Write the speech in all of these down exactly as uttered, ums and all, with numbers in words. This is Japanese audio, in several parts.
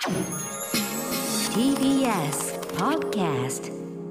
ティービーエス Podcast。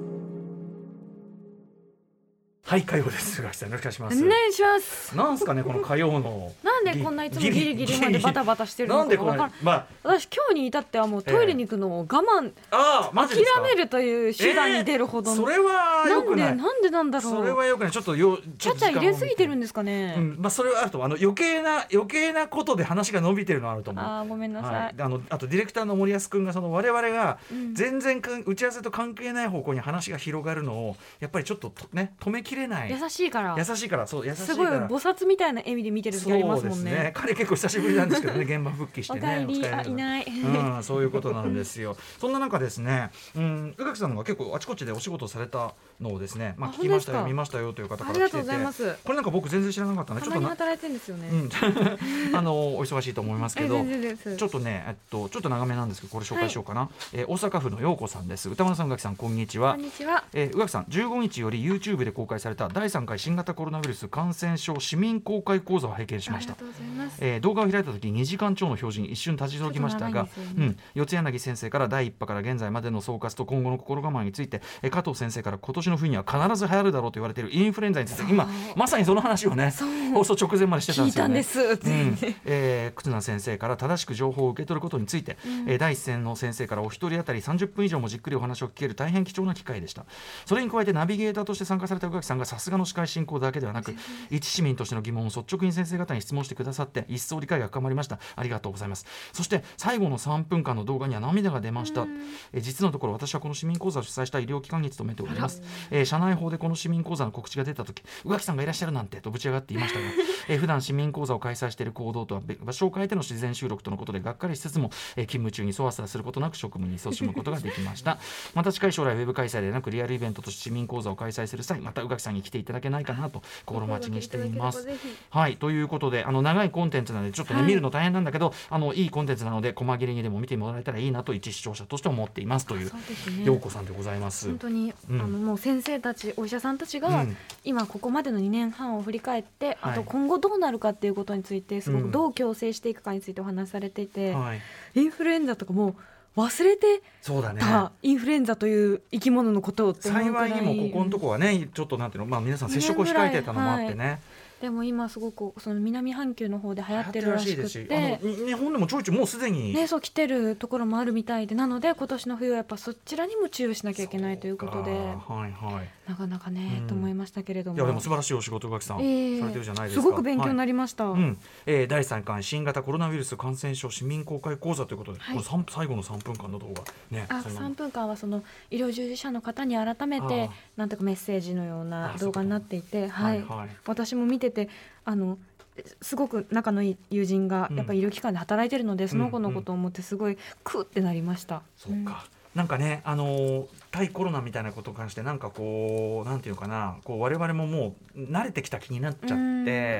はい、火曜です。宇垣さん、よろしくお願いします。 お願いします。 なんですかね、この火曜のなんでこんないつもギリギリまでバタバタしてるのかなんでこれ、まあ、 私今日に至ってはもうトイレに行くのを我慢、 あマジですか。 諦めるという手段に出るほどの、 えー、それはよくない。 なんでなんでなんだろう。それはよくない。ちょっとよちゃちゃ入れすぎてるんですかね。 うん、まあそれはあるとあの余計な余計なことで話が伸びてるのはあると思う。 あーごめんなさい。 はい、あのあとディレクターの森保君がその我々が全然かん、打ち合わせと関係ない方向に話が広がるのをやっぱりちょっとね止めきれない。 優しいから優しいからそう優しいからすごい菩薩みたいな笑みで見てる時ありますもんね。 そうですね。彼結構久しぶりなんですけどね現場復帰してね。 お帰り。あいない、 うん、そういうことなんですよ。そんな中ですね、うん、宇垣さんが結構あちこちでお仕事されたのをですね、まあ、聞きましたよ見ましたよという方から来てて、 ありがとうございます。 これなんか僕全然知らなかったので、 たまに働いてるんですよね。 うん、あのお忙しいと思いますけどちょっとね、えっと、ちょっと長めなんですけどこれ紹介しようかな、はい。えー、大阪府の陽子さんです。歌丸さん、宇垣さん、こんにちは。 こんにちは。 えー、宇垣さん、じゅうごにちより YouTube で公開されただいさんかい新型コロナウイルス感染症市民公開講座を拝見しました。 ありがとうございます。 えー、動画を開いた時にじかん超の表示に一瞬立ち退きましたが、ね、うん、四柳先生からだいいっ波から現在までの総括と今後の心構えについて、えー、加藤先生から今年の冬には必ず流行るだろうと言われているインフルエンザについて今まさにその話をね放送直前までしてたんですよね。 聞いたんです、 うんえー、忽那先生から正しく情報を受け取ることについて、うんえー、第一線の先生からお一人当たりさんじゅっぷん以上もじっくりお話を聞ける大変貴重な機会でした。それに加えてナビゲーターとして参加された宇垣さんがさすがの司会進行だけではなく一市民としての疑問を率直に先生方に質問してくださって一層理解が深まりました。ありがとうございます。そして最後のさんぷんかんの動画には涙が出ました。えー、実のところ私はこの市民講座を主催した医療機関に勤めております。えー、社内法でこの市民講座の告知が出た時宇垣さんがいらっしゃるなんてとぶち上がっていましたが、えー、普段市民講座を開催している行動とは場所を変えての自然収録とのことでがっかりしつつも、えー、勤務中にそわそわすることなく職務に勤しむことができましたまた近い将来ウェブ開催でなくリアルイベントとして市民講座を開催する際また宇垣さんに来ていただけないかなと心待ちにしています。はい、ということであの長いコンテンツなのでちょっとね、はい、見るの大変なんだけどあのいいコンテンツなので細切れにでも見てもらえたらいいなと一視聴者として思っていますという陽子さんでございます。 本当に、うん、あのもう先生たちお医者さんたちが、うん、今ここまでのにねんはんを振り返って、うん、あと今後どうなるかっていうことについてすごくどう矯正していくかについてお話しされていて、うんはい、インフルエンザとかも忘れてたインフルエンザという生き物のことをって思うくらい、 幸いにもここのとこはねちょっとなんていうの、まあ、皆さん接触を控えてたのもあってね、はい、 でも今すごくその南半球の方で流行ってるらしくて日本でもちょいちょいもうすでに、 ね、そう来てるところもあるみたいでなので今年の冬はやっぱそちらにも注意しなきゃいけないということで、はいはい、なかなかね、うん、と思いましたけれども、 いやでも素晴らしいお仕事宇垣さん、えー、されてるじゃないですか。 すごく勉強になりました、 はいうんえー、だいさんかい新型コロナウイルス感染症市民公開講座ということで、はい、これ最後のさんぷんかんの動画、ね、 あさんぷんかんはその医療従事者の方に改めてなんとかメッセージのような動画になっていて、はいはい、私も見ててあのすごく仲のいい友人がやっぱり医療機関で働いてるので、うん、その子のことを思ってすごいクーってなりました、 うんうん、そうか、なんかね、あのー、対コロナみたいなことに関してなんかこうなんていうのかなこう我々ももう慣れてきた気になっちゃって、うん、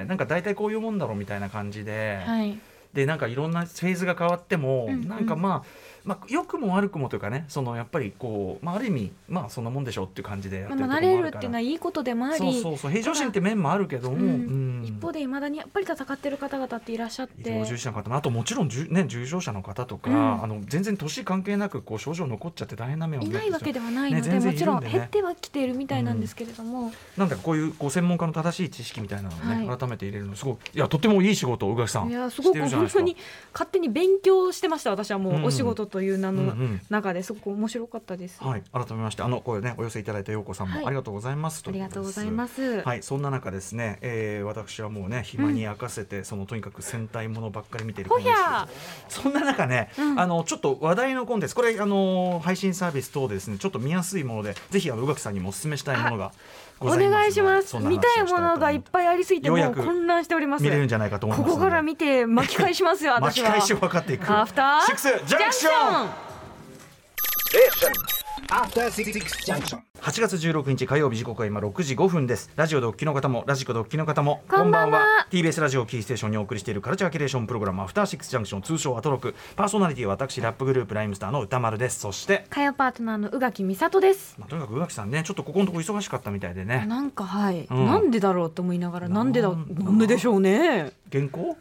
なんか大体こういうもんだろうみたいな感じで、はい、でなんかいろんなフェーズが変わっても、うんうん、なんかまあまあ、良くも悪くもというかねそのやっぱりこう、まあ、ある意味まあそんなもんでしょっていう感じでやってるところもあるから、 まあ、慣れるっていうのはいいことでもありそうそうそう平常心って面もあるけども、うんうん、一方でいまだにやっぱり戦ってる方々っていらっしゃって医療従事者の方あともちろん、ね、重症者の方とか、うん、あの全然年関係なくこう症状残っちゃって大変な面をいないわけではないので、ね、もちろん減ってはきているみたいなんですけれども、うん、 なんだかこういうこう専門家の正しい知識みたいなのを、ねはい、改めて入れるのすごくいやとってもいい仕事を宇垣さんいやすごく本当に勝手に勉強してました私はもう、うん、お仕事という名の、うんうん中ですごく面白かったです、 はい、改めましてあのこれねお寄せいただいた陽子さんもありがとうございます、 はい、ありがとうございます、 はい、そんな中ですね、えー、私はもうね暇に明かせて、うん、そのとにかく戦隊ものばっかり見ているほやそんな中ね、うん、あのちょっと話題のコンテンツこれあの配信サービス等でですねちょっと見やすいものでぜひあの宇垣さんにもお勧めしたいものがございます。 お願いします。見たいものがいっぱいありすぎてもう混乱しております。 見れるんじゃないかと思います。 ここから見て巻き返しますよ私は。 巻き返しを分かっていく。 アフターシックスジャンクション。はちがつじゅうろくにち火曜日時刻は今ろくじごふんです。ラジオでお聞きの方もラジコでお聞きの方もこんばんは。 ティービーエス ラジオキーステーションにお送りしているカルチャーキュレーションプログラムアフターシックスジャンクション通称アトロクパーソナリティは私ラップグループライムスターの歌丸です。そして火曜パートナーの宇垣美里です、 まあ、とにかく宇垣さんねちょっとここのとこ忙しかったみたいでねなんかはい、うん、なんでだろうと思いながらなんでだなんででしょうね。 原稿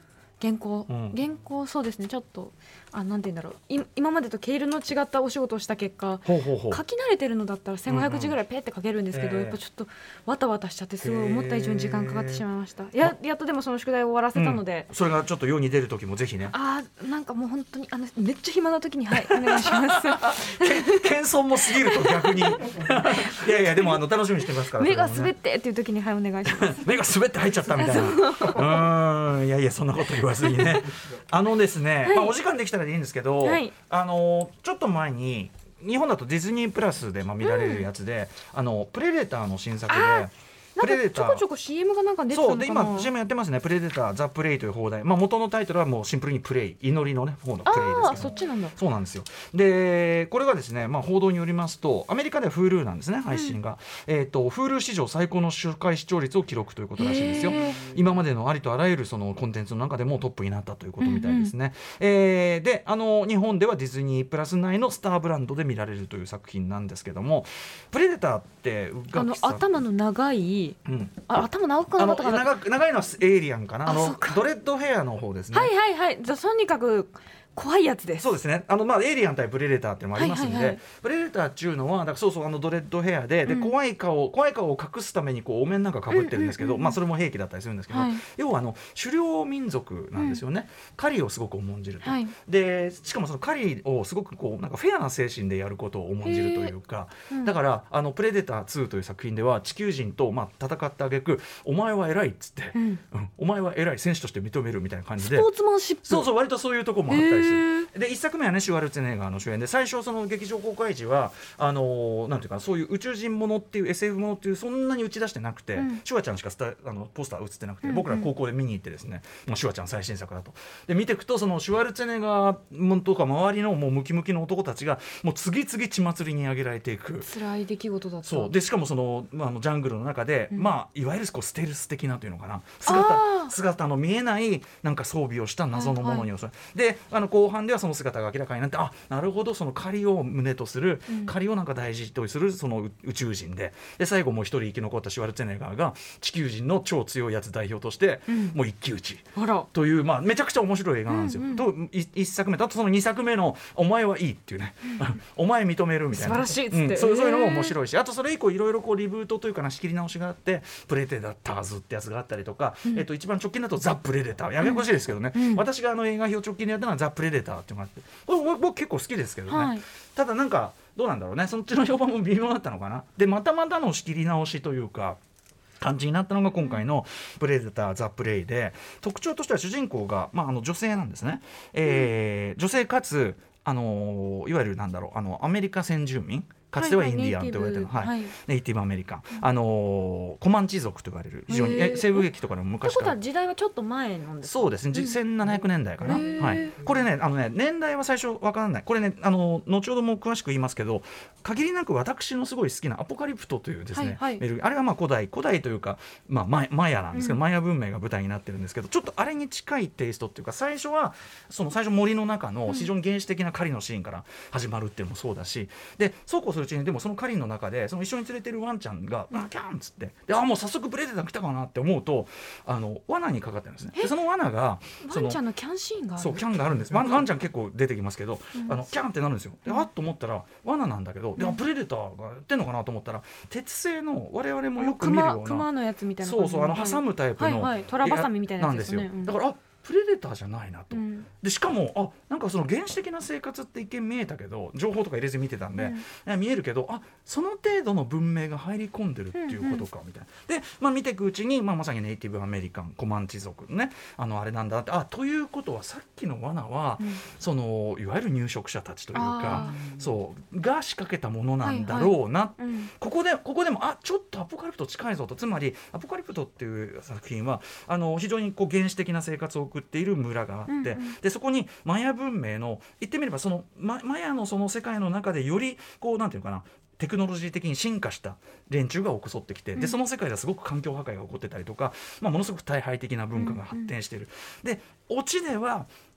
原稿、うん、原稿そうですね、ちょっとあなんて言うんだろう、い今までと毛色の違ったお仕事をした結果、 ほうほうほう、 書き慣れてるのだったらせんごひゃくじぐらいペッて書けるんですけど、うんうん、やっぱちょっとわたわたしちゃってすごい思った以上に時間かかってしまいました。や, やっとでもその宿題を終わらせたので、 うん、それがちょっと世に出る時もぜひね。 あなんかもう本当にあのめっちゃ暇な時にはいお願いします謙遜も過ぎると逆にいやいやでもあの楽しみにしてますから、 目が滑ってっていう時にはいお願いします目が滑って入っちゃったみたいなうんいやいやそんなこと言わずにねあのですね、はい、まあ、お時間できたらでいいんですけど、はい、あのちょっと前に日本だとディズニープラスでまあ見られるやつで、うん、あのプレデターの新作でなんかちょこちょこ シーエム がなんか出てたのかな。 そうで今 シーエム やってますね。プレデターザ・プレイという放題、まあ、元のタイトルはもうシンプルにプレイ、祈りのね方のプレイですけど、 あそっちなんだ。 そうなんですよ。でこれがですね、まあ、報道によりますとアメリカでは Hulu なんですね、配信が、うん、えーと Hulu 史上最高の周回視聴率を記録ということらしいですよ。今までのありとあらゆるそのコンテンツの中でもトップになったということみたいですね、うんうん、えー、であの日本ではディズニープラス内のスターブランドで見られるという作品なんですけども、プレデターってあの頭の長い、うん、あ頭長くなかったかな。 長, 長いのはエイリアンかな、あのドレッドヘアの方ですね。 はいはいはい、じゃあとにかく怖いやつです。 そうですね、あの、まあ、エイリアン対プレデターっていうのもありますので、はいはいはい、プレデターっていうのはだからそうそうあのドレッドヘア で,、うん、で怖い顔怖い顔を隠すためにこうお面なんかかぶってるんですけど、うんうんうん、まあ、それも兵器だったりするんですけど、はい、要はあの狩猟民族なんですよね、うん、狩りをすごく重んじると、はい、でしかもその狩りをすごくこうなんかフェアな精神でやることを重んじるというか、うん、だからあのプレデターツーという作品では地球人とまあ戦った挙句お前は偉いっつって、うんうん、お前は偉い選手として認めるみたいな感じでスポーツマンシップ、 そうそう割とそういうところもあったりする。でいっさくめはねシュワルツェネッガーの主演で、最初その劇場公開時はあのー、なんていうかそういう宇宙人ものっていう エスエフ ものっていうそんなに打ち出してなくて、うん、シュワちゃんしかスタあのポスター映ってなくて、うんうん、僕ら高校で見に行ってですね、もうシュワちゃん最新作だとで見ていくと、そのシュワルツェネッガーとか周りのもうムキムキの男たちがもう次々血祭りに上げられていく辛い出来事だった。 そうでしかもその、まあ、あのジャングルの中で、うん、まあいわゆるこうステルス的なというのかな、姿姿の見えないなんか装備をした謎のものに襲われ、はいはい、であの後半ではその姿が明らかになって、あなるほどその狩りを胸とする、うん、狩りをなんか大事とするその宇宙人で、で最後もう一人生き残ったシュワルツェネッガーが地球人の超強いやつ代表として、うん、もう一騎打ちという、まあ、めちゃくちゃ面白い映画なんですよ、うんうん、と一作目とあとその二作目のお前はいいっていうね、うん、お前認めるみたいな素晴らしいっつって、うん、 そういうのも面白いし、あとそれ以降いろいろこうリブートというかな仕切り直しがあって、プレデターズってやつがあったりとか、うん、えっと、一番直近だとザ・プレデター、やめこしいですけどね、うん、私があの映画表直近でやったのはザ・プレデターっていうのがあって、これ僕結構好きですけどね、はい、ただなんかどうなんだろうね、そっちの評判も微妙だったのかな。でまたまたの仕切り直しというか感じになったのが今回のプレデターザ・プレイで、特徴としては主人公が、まあ、あの女性なんですね、えー、女性かつあのいわゆるなんだろうあのアメリカ先住民、かつてはインディアンと言われてる、はいはい、ネイティブアメリカン、あのー、コマンチ族と言われる非常にえ西部劇とかでも昔から。 ということは時代はちょっと前なんですか。 そうですね、うん、せんななひゃくねんだいかな、はい、これねあのね年代は最初分からない、これねあの後ほども詳しく言いますけど、限りなく私のすごい好きなアポカリプトというですね、はいはい、あれはまあ古代古代というか、まあ、マ, マヤなんですけど、うん、マヤ文明が舞台になってるんですけど、ちょっとあれに近いテイストっていうか、最初はその最初森の中の非常に原始的な狩りのシーンから始まるっていうのもそうだし、でそうこうするうちにでもその狩りの中でその一緒に連れてるワンちゃんが、うん、あキャンっつってで、あもう早速プレデター来たかなって思うと、あの罠にかかってるんですね。でその罠がワンちゃんのキャンシーンがある。 そうキャンがあるんです。ワン、ワンちゃん結構出てきますけど、うん、あのキャンってなるんですよ。であっと思ったら罠なんだけど、でプレデターがやってんのかなと思ったら、鉄製の我々もよく見るような熊のやつみたいなそうそうあの挟むタイプの、 はいはい、トラバサミみたいなやつですよね。 なんですよ。だからあプレデターじゃないなと、うん、でしかもあなんかその原始的な生活って一見見えたけど、情報とか入れず見てたんで、うん、見えるけどあその程度の文明が入り込んでるっていうことかみたいな、うんうん、で、まあ、見ていくうちに、まあ、まさにネイティブアメリカンコマンチ族のねあのあれなんだって、あということはさっきの罠は、うん、そのいわゆる入植者たちというかそうが仕掛けたものなんだろうな、はいはいうん、ここでここでもあちょっとアポカリプト近いぞと、つまりアポカリプトっていう作品はあの非常にこう原始的な生活を送っている村があって、うんうん、でそこにマヤ文明の言ってみればその マ, マヤのその世界の中でよりこうなんていうかなテクノロジー的に進化した連中が襲ってきて、でその世界ではすごく環境破壊が起こってたりとか、まあ、ものすごく大敗的な文化が発展している、うんうん、でオチでは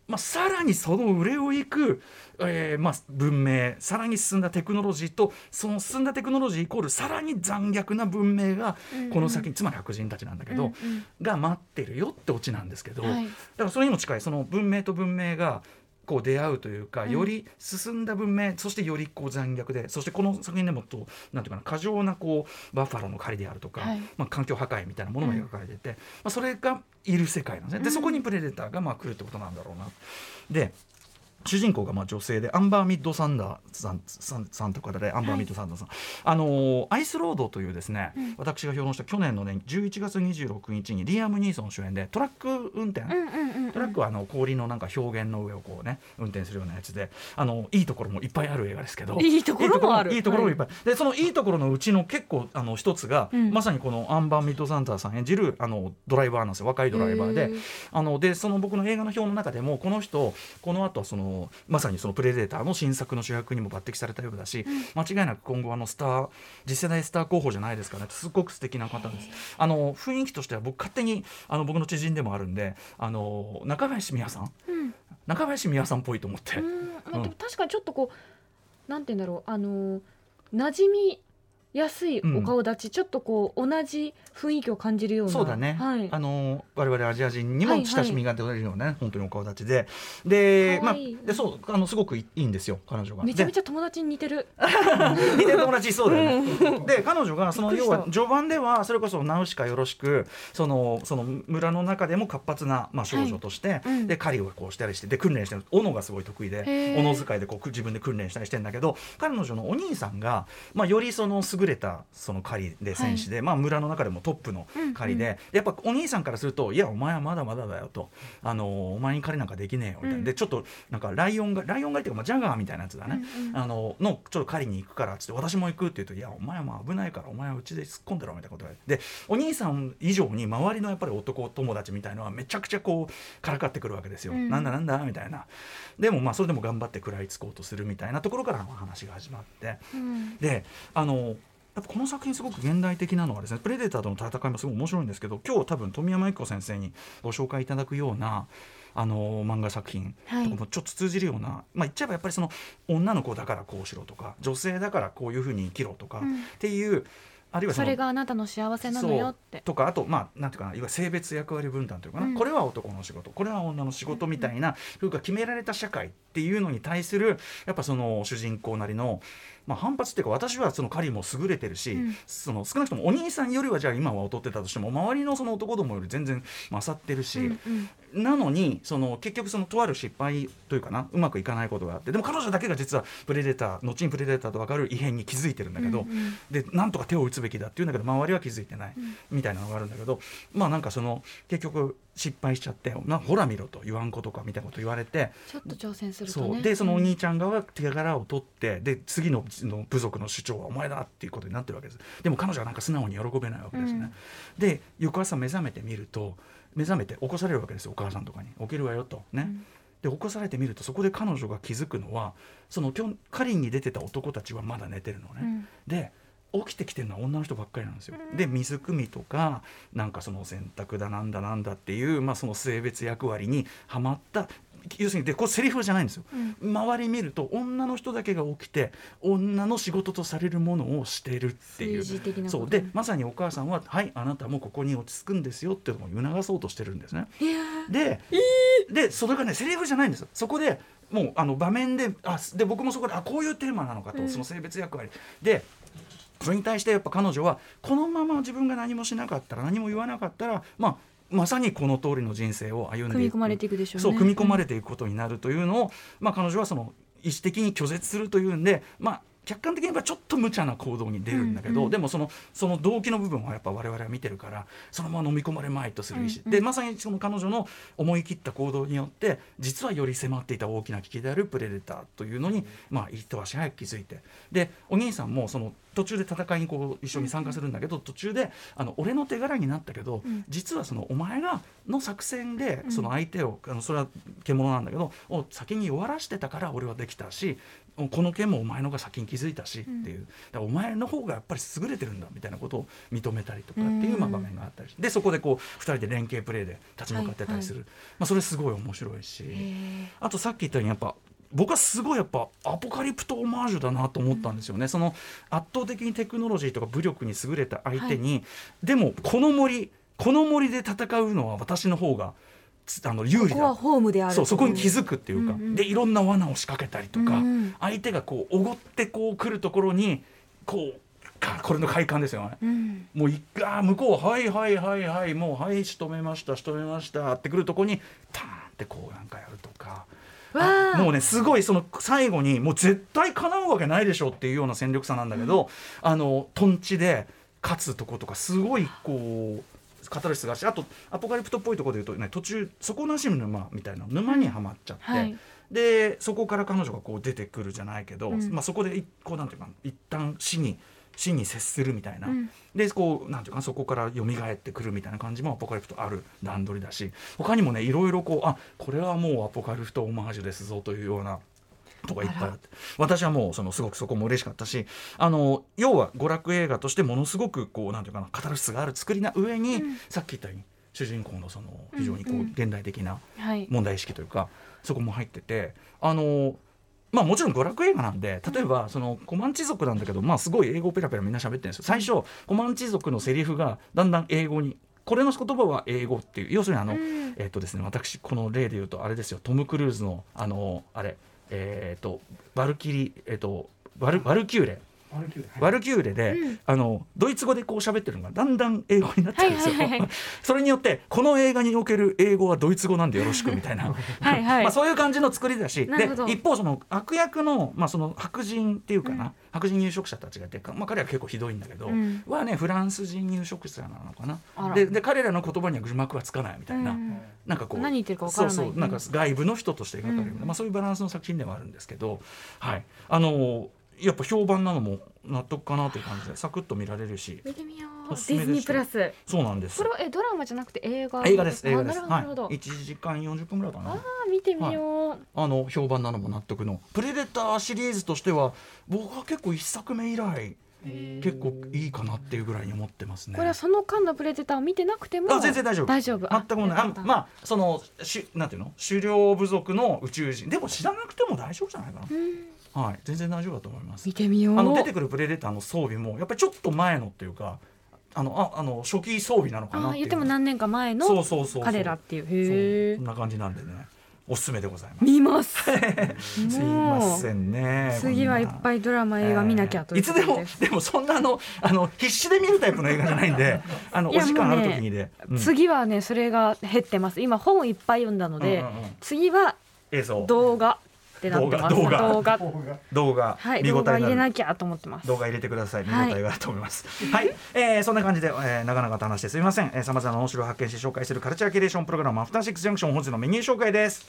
まあ、さらにその上を行く、えーまあ、文明、さらに進んだテクノロジーと、その進んだテクノロジーイコールさらに残虐な文明がこの先、うんうん、つまり白人たちなんだけど、うんうん、が待ってるよってオチなんですけど、はい、だからそれにも近い、その文明と文明がこう出会うというか、より進んだ文明、うん、そしてよりこう残虐で、そしてこの作品でもとなんていうかな、過剰なこうバッファローの狩りであるとか、はい、まあ、環境破壊みたいなものも描かれてて、うん、まあ、それがいる世界なんですね。でそこにプレデターがまあ来るってことなんだろうな。で主人公がまあ女性でアンバー・ミッドサンダーさん、さん、さんという方でアンバー・ミッドサンダーさん、はい、あのー、アイスロードというですね、うん、私が評論した去年の、ね、じゅういちがつにじゅうろくにちにリアム・ニーソン主演でトラック運転、うんうんうん、トラックはあの氷のなんか表現の上をこうね運転するようなやつで、あのいいところもいっぱいある映画ですけど、 いいところもある、 いいところもいっぱい、はい、でそのいいところのうちの結構あの一つが、うん、まさにこのアンバー・ミッドサンダーさん演じるあのドライバーなんですよ。若いドライバーで、あのでその僕の映画の表の中でもこの人この後はそのまさにそのプレデターの新作の主役にも抜擢されたようだし、うん、間違いなく今後あのスター次世代スター候補じゃないですかね。すごく素敵な方です。あの雰囲気としては僕勝手にあの僕の知人でもあるんで、あの中林美和さん、うん、中林美和さんっぽいと思って、うん、 まあ、でも確かにちょっとこうなんて言うんだろう、あの馴染みやすいお顔立ち、うん、ちょっとこう同じ雰囲気を感じるような、 そうだね、はい、あの我々アジア人にも親しみが出るような、ね、はいはい、本当にお顔立ちでで、まあ、でそうあのすごくいいんですよ彼女が。 めちゃめちゃ友達に似てる似てる友達そうだよねで彼女がその要は序盤ではそれこそナウシカよろしくそのその村の中でも活発な、まあ、少女として、はい、うん、で狩りをこうしたりしてで訓練してる斧がすごい得意で斧使いでこう自分で訓練したりしてるんだけど、彼女のお兄さんが、まあ、よりその優れたその狩りで戦士で、はい、まあ、村の中でもトップの狩りで、うんうん、やっぱお兄さんからするといやお前はまだまだだよと、あのお前に狩りなんかできねえよみたいな、うん、でちょっとなんかライオンがライオン狩りっていうか、まあ、ジャガーみたいなやつだね、うんうん、あののちょっと狩りに行くからっつって私も行くって言うといやお前はまあ危ないからお前はうちで突っ込んでろみたいなことで、お兄さん以上に周りのやっぱり男友達みたいのはめちゃくちゃこうからかってくるわけですよ、うん、なんだなんだみたいな。でもまあそれでも頑張って食らいつこうとするみたいなところからの話が始まって、うん、であのやっぱこの作品すごく現代的なのはですね、プレデターとの戦いもすごい面白いんですけど、今日多分富山由紀子先生にご紹介いただくようなあの漫画作品とかもちょっと通じるような、はい、まあ言っちゃえばやっぱりその女の子だからこうしろとか女性だからこういうふうに生きろとかっていう、うん、あるいは そ, それがあなたの幸せなのよってとか、あとまあなんていうかな、いわゆる性別役割分担というかな、うん、これは男の仕事これは女の仕事みたいな、うん、決められた社会っていうのに対するやっぱその主人公なりのまあ、反発っていうか、私はその狩りも優れてるし、うん、その少なくともお兄さんよりはじゃあ今は劣ってたとしても周りのその男どもより全然勝ってるし、うんうん、なのにその結局そのとある失敗というかな、うまくいかないことがあって、でも彼女だけが実はプレデター後にプレデターと分かる異変に気づいてるんだけど、うんうん、でなんとか手を打つべきだっていうんだけど周りは気づいてない、うん、みたいなのがあるんだけど、まあなんかその結局失敗しちゃってな、ほら見ろと言わんことかみたいなこと言われて、 ちょっと挑戦するとね、 そうでそのお兄ちゃん側が手柄を取って、で次の部族の主張はお前だっていうことになってるわけです。でも彼女はなんか素直に喜べないわけですね、うん、で翌朝目覚めてみると目覚めて起こされるわけですよ、お母さんとかに。起きるわよとね、うん、で起こされてみるとそこで彼女が気づくのは、その狩りに出てた男たちはまだ寝てるのね、うん、で起きてきてるのは女の人ばっかりなんですよ。で水汲みとかなんかその洗濯だなんだなんだっていう、まあ、その性別役割にはまった、要するにでこれセリフじゃないんですよ、うん、周り見ると女の人だけが起きて女の仕事とされるものをしてるっていう、そうでまさにお母さんははいあなたもここに落ち着くんですよっていうのを促そうとしてるんですね。で、えー、でそれがねセリフじゃないんですよ。そこでもうあの場面であで僕もそこであこういうテーマなのかと、うん、その性別役割でそれに対してやっぱ彼女はこのまま自分が何もしなかったら何も言わなかったら、まあ、まさにこの通りの人生を歩んでいく、 組み込まれていくでしょうね。 そう組み込まれていくことになるというのを、うん、まあ、彼女はその意思的に拒絶するというんで、まあ客観的に言えばちょっと無茶な行動に出るんだけど、うんうん、でもそのその動機の部分はやっぱ我々は見てるからそのまま飲み込まれまいとする意思、うんうん、でまさにその彼女の思い切った行動によって実はより迫っていた大きな危機であるプレデターというのに、まあ、一足早く気づいて、でお兄さんもその途中で戦いにこう一緒に参加するんだけど、途中であの俺の手柄になったけど、うん、実はそのお前がの作戦でその相手を、うん、あのそれは獣なんだけどを先に弱らしてたから俺はできたし、この件もお前のが先に気づづいたしっていう、だからお前の方がやっぱり優れてるんだみたいなことを認めたりとかっていうまあ場面があったりで、そこでこうふたりで連携プレーで立ち向かってたりする、はいはい、まあ、それすごい面白いし、あとさっき言ったようにやっぱ僕はすごいやっぱアポカリプトオマージュだなと思ったんですよね、うん、その圧倒的にテクノロジーとか武力に優れた相手に、はい、でもこの森この森で戦うのは私の方があの有利だ、 ここはホームである、 そう、そこに気づくっていうか、うんうん、でいろんな罠を仕掛けたりとか、うんうん、相手がこうおごってこう来るところにこうこれの快感ですよね、うん、もういあ向こうはいはいはいはいもうはい仕留めました仕留めましたってくるところにパーンってこうなんかやるとか、もうねすごいその最後にもう絶対叶うわけないでしょっていうような戦力差なんだけど、うん、あのトンチで勝つとことかすごいこうカタルシスがあるし、あとアポカリプトっぽいところで言うと、ね、途中底なし沼みたいな沼にはまっちゃって、うん、はい、でそこから彼女がこう出てくるじゃないけど、うん、まあ、そこでこうなんていうか一旦死に死に接するみたいな、うん、でこうなんていうかそこから蘇ってくるみたいな感じもアポカリプトある段取りだし、他にもねいろいろこうあこれはもうアポカリプトオマージュですぞというようなとかいっぱいあって、私はもうそのすごくそこも嬉しかったし、あの要は娯楽映画としてものすごくこうなんていうかなカタルシスがある作りな上に、うん、さっき言ったように主人公のその非常にこう現代的な問題意識というか、うんうん、そこも入ってて、あのまあ、もちろん娯楽映画なんで、例えばそのコマンチ族なんだけど、まあ、すごい英語ペラペラみんな喋ってるんですよ。最初コマンチ族のセリフがだんだん英語に、これの言葉は英語っていう、要するにあの、うん、えーとですね、私この例で言うとあれですよ、トム・クルーズのあのあれえーとバルキリ、えーとバル、バルキューレワルキューレ、はい、ワルキューレで、うん、あのドイツ語でこう喋ってるのがだんだん英語になってるんですよ、はいはいはい、それによってこの映画における英語はドイツ語なんでよろしくみたいなはい、はい、まあ、そういう感じの作りだし、で一方その悪役の、まあ、その白人っていうかな、うん、白人入植者たちがいて、まあ、彼は結構ひどいんだけど、うん、はねフランス人入植者なのかな、でで彼らの言葉には字幕はつかないみたいな、うん、なんかこう何言ってるか分からない、 そうそう、なんか外部の人として描かれる、うん、まあ、そういうバランスの作品ではあるんですけど、はい、あのやっぱ評判なのも納得かなという感じでサクッと見られるし、 見てみよう。ディズニープラス。 そうなんです。 これはえドラマじゃなくて映画。 映画です映画です。 なるほど、 はい、いちじかんよんじゅっぷんぐらいかな。 ああ見てみよう、はい、 あの評判なのも納得のプレデターシリーズとしては僕は結構いっさくめ以来結構いいかなっていうぐらいに思ってますね。 これはその間のプレデターを見てなくてもあ全然大丈夫大丈夫全くもない。あまあそのしなんていうの狩猟部族の宇宙人でも知らなくても大丈夫じゃないかな、はい、全然大丈夫だと思います。 見てみよう。 あの出てくるプレデターの装備もやっぱりちょっと前のっていうかあのああの初期装備なのかなっていう。 あ言っても何年か前の彼らっていうへえそんな感じなんでねおすすめでございます。 見ますすいませんね。 次はいっぱいドラマ映画見なきゃということで、えー、 いつでもでもそんなあのあの必死で見るタイプの映画じゃないんであのお時間ある時にで、ねうん、次はねそれが減ってます。今本いっぱい読んだので、うんうんうん、次は映像動画ってなってます。 動画動画動画、 はい、動画入れなきゃと思ってます。 動画入れてください。見応えがあると思います。はい、はい、えー、そんな感じで、えー、長々と話してすみません。さまざまな面白い発見し紹介するカルチャーキュレーションプログラムアフターシックスジャンクション本日のメニュー紹介です。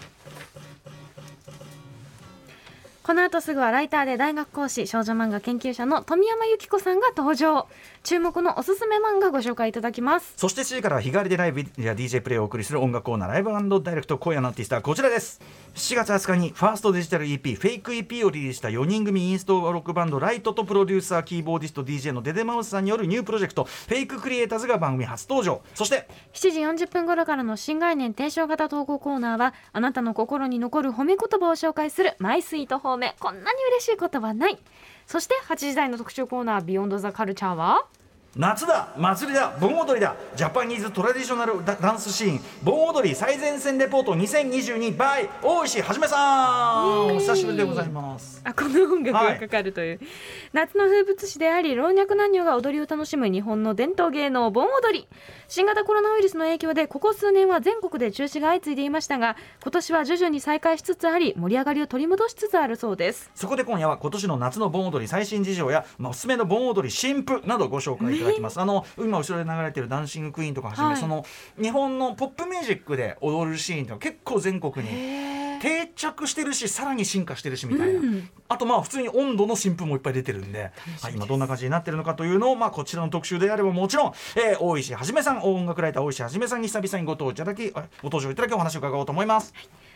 この後すぐはライターで大学講師少女漫画研究者の富山由紀子さんが登場。注目のおすすめ漫画ご紹介いただきます。 そしてしちじからは日替わりでライブや ディージェー プレイをお送りする音楽コーナーライブ&ダイレクト。今夜のアーティストはこちらです。しちがつはつかにファーストデジタル イーピー フェイク イーピー をリリースしたよにん組インストロックバンドライトとプロデューサーキーボーディスト ディージェー のデデマウスさんによるニュープロジェクトフェイククリエイターズが番組初登場。そしてしちじよんじゅっぷん頃からの新概念提唱型投稿コーナーはあなたの心に残る褒め言葉を紹介するマイスイート褒め。こんなに嬉しい言葉ない。そしてはちじ台の特集コーナービヨンドザカルチャーは夏だ祭りだ盆踊りだジャパニーズトラディショナルダンスシーン盆踊り最前線レポートにせんにじゅうに by 大石はじめさん。お久しぶりでございます。 あこの音楽がかかるという、はい、夏の風物詩であり老若男女が踊りを楽しむ日本の伝統芸能盆踊り。新型コロナウイルスの影響でここ数年は全国で中止が相次いでいましたが今年は徐々に再開しつつあり盛り上がりを取り戻しつつあるそうです。 そこで今夜は今年の夏の盆踊り最新事情や、まあ、おすすめの盆踊り新譜などご紹介いただきます。あの今後ろで流れているダンシングクイーンとかはじめ、はい、その日本のポップミュージックで踊るシーンとか結構全国に定着してるしさらに進化してるしみたいな、うん、あとまあ普通に温度の新譜もいっぱい出てるんで、はい、今どんな感じになってるのかというのを、まあ、こちらの特集であればもちろん、えー、大石はじめさん音楽ライター大石はじめさんに久々にご登場いただきご登場いただきお話を伺おうと思います。はい、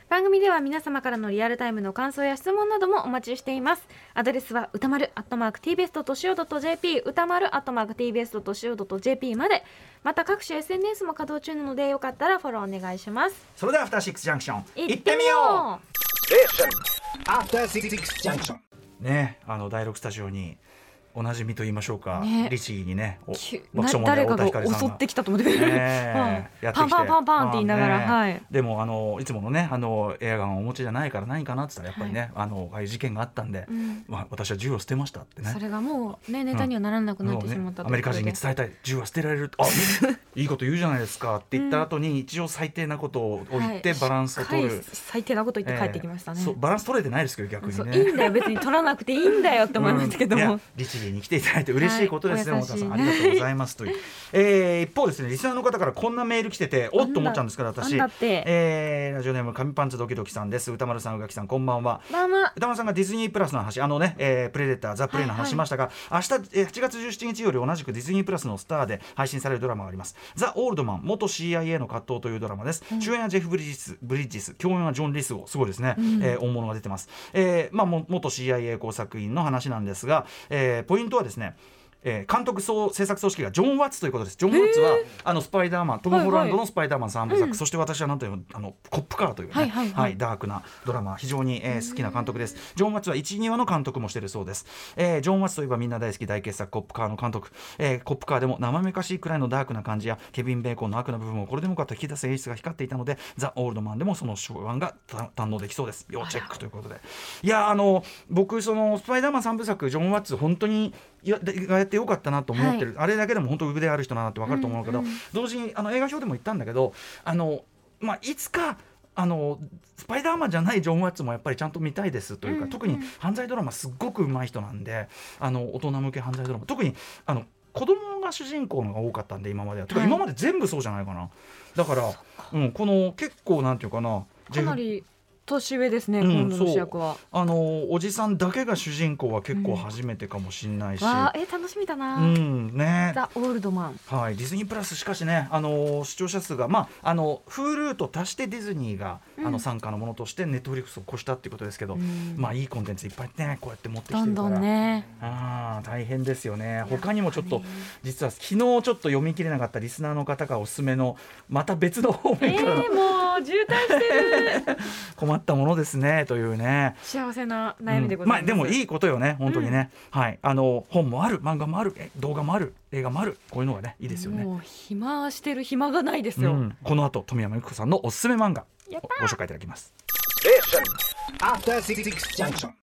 番組では皆様からのリアルタイムの感想や質問などもお待ちしています。アドレスは歌丸アットマーク ティービーエスドットシーオードットジェーピー 歌丸アットマーク ティービーエスドットシーオードットジェーピー まで、また各種 エスエヌエス も稼働中なのでよかったらフォローお願いします。 それではアフターシックスジャンクション行ってみよう。アフターシックスジャンクションね、あのだいろくスタジオにおなじみと言いましょうか、ね、リチーにね爆笑問題太田光さんが襲ってきたと思って、ねはい、パンパンパンパンって言いながら、ねはい、 でもあのいつものねあのエアガンをお持ちじゃないから何かなって言ったらやっぱりね、はい、あのああいう事件があったんで、うんまあ、私は銃を捨てましたってね。それがもう、ね、ネタにはならなくなってしまった、うんね、 アメリカ人に伝えたい、銃は捨てられるあいいこと言うじゃないですかって言った後に、うん、一応最低なことを言ってバランスを取る、はい、 最低なこと言って帰ってきましたね、 えー、そうバランス取れてないですけど逆にねいいんだよ別に取らなくていいんだよって思いますけども、うん、 リチーに来ていただいて嬉しいことですね、はい、太田さんありがとうございますという、えー、一方ですねリスナーの方からこんなメール来てておっと思っちゃうんですから私、えー、ラジオネーム紙パンツドキドキさんです。歌丸さん宇垣さんこんばんは。歌丸さんがディズニープラスの話あのね、えー、プレデターザプレイの話しましたが、はいはい、明日、えー、はちがつじゅうしちにちより同じくディズニープラスのスターで配信されるドラマがあります。ザ・オールドマン元 シーアイエー の葛藤というドラマです、うん、主演はジェフ・ブリッジス、ブリッジス共演はジョン・リスゴすごいですね、うんえー、大物が出てます、えーまあ、元 シーアイエー 工作員の話なんですが、えー、ポイントはですねえー、監督総制作組織がジョン・ワッツということです。ジョン・ワッツはあのスパイダーマントム・ホランドのスパイダーマンさんぶさく、はいはい、そして私はなんというあのコップカーという、ねはいはいはいはい、ダークなドラマ非常に、えー、好きな監督です。ジョン・ワッツはいち、にわの監督もしているそうです、えー、ジョン・ワッツといえばみんな大好き大傑作コップカーの監督、えー、コップカーでも生めかしいくらいのダークな感じやケビン・ベーコンの悪な部分をこれでもかと引き出す演出が光っていたのでザ・オールドマンでもその手腕が堪能できそうです。要チェックということで、いやあの僕そのスパイダーマンさんぶさくジョン・ワッツ本当にややってよかったなと思ってる、はい、あれだけでも本当腕である人だなって分かると思うけど、うんうん、同時にあの映画表でも言ったんだけどあの、まあ、いつかあのスパイダーマンじゃないジョン・ワッツもやっぱりちゃんと見たいですというか、うんうん、特に犯罪ドラマすっごく上手い人なんであの大人向け犯罪ドラマ特にあの子供が主人公のが多かったんで今までは、はい、てか今まで全部そうじゃないかな。だから、うん、この結構なんていうかなかなり年上ですね、うん、今度の主役はあのおじさんだけが主人公は結構初めてかもしれないし、うん、 わえ楽しみだな、 うんね、 ザ・オールドマン、 はい、ディズニープラスしかしねあの視聴者数が、まあ、あの Hulu と足してディズニーが、うん、あの傘下のものとしてネットフリックスを越したっていうことですけど、うん、まあいいコンテンツいっぱいねこうやって持ってきてるからどんどんねあ大変ですよね。他にもちょっと実は昨日ちょっと読み切れなかったリスナーの方がおすすめのまた別の方面からの、 えー、もう渋滞してる困ったものですねというね幸せな悩みでございます、 うんまあ、でもいいことよね本当にね、うんはい、あの本もある漫画もある動画もある映画もあるこういうのがねいいですよね。 もう暇してる暇がないですよ、うん、 この後富山由紀子さんのおすすめ漫画ご紹介いただきます。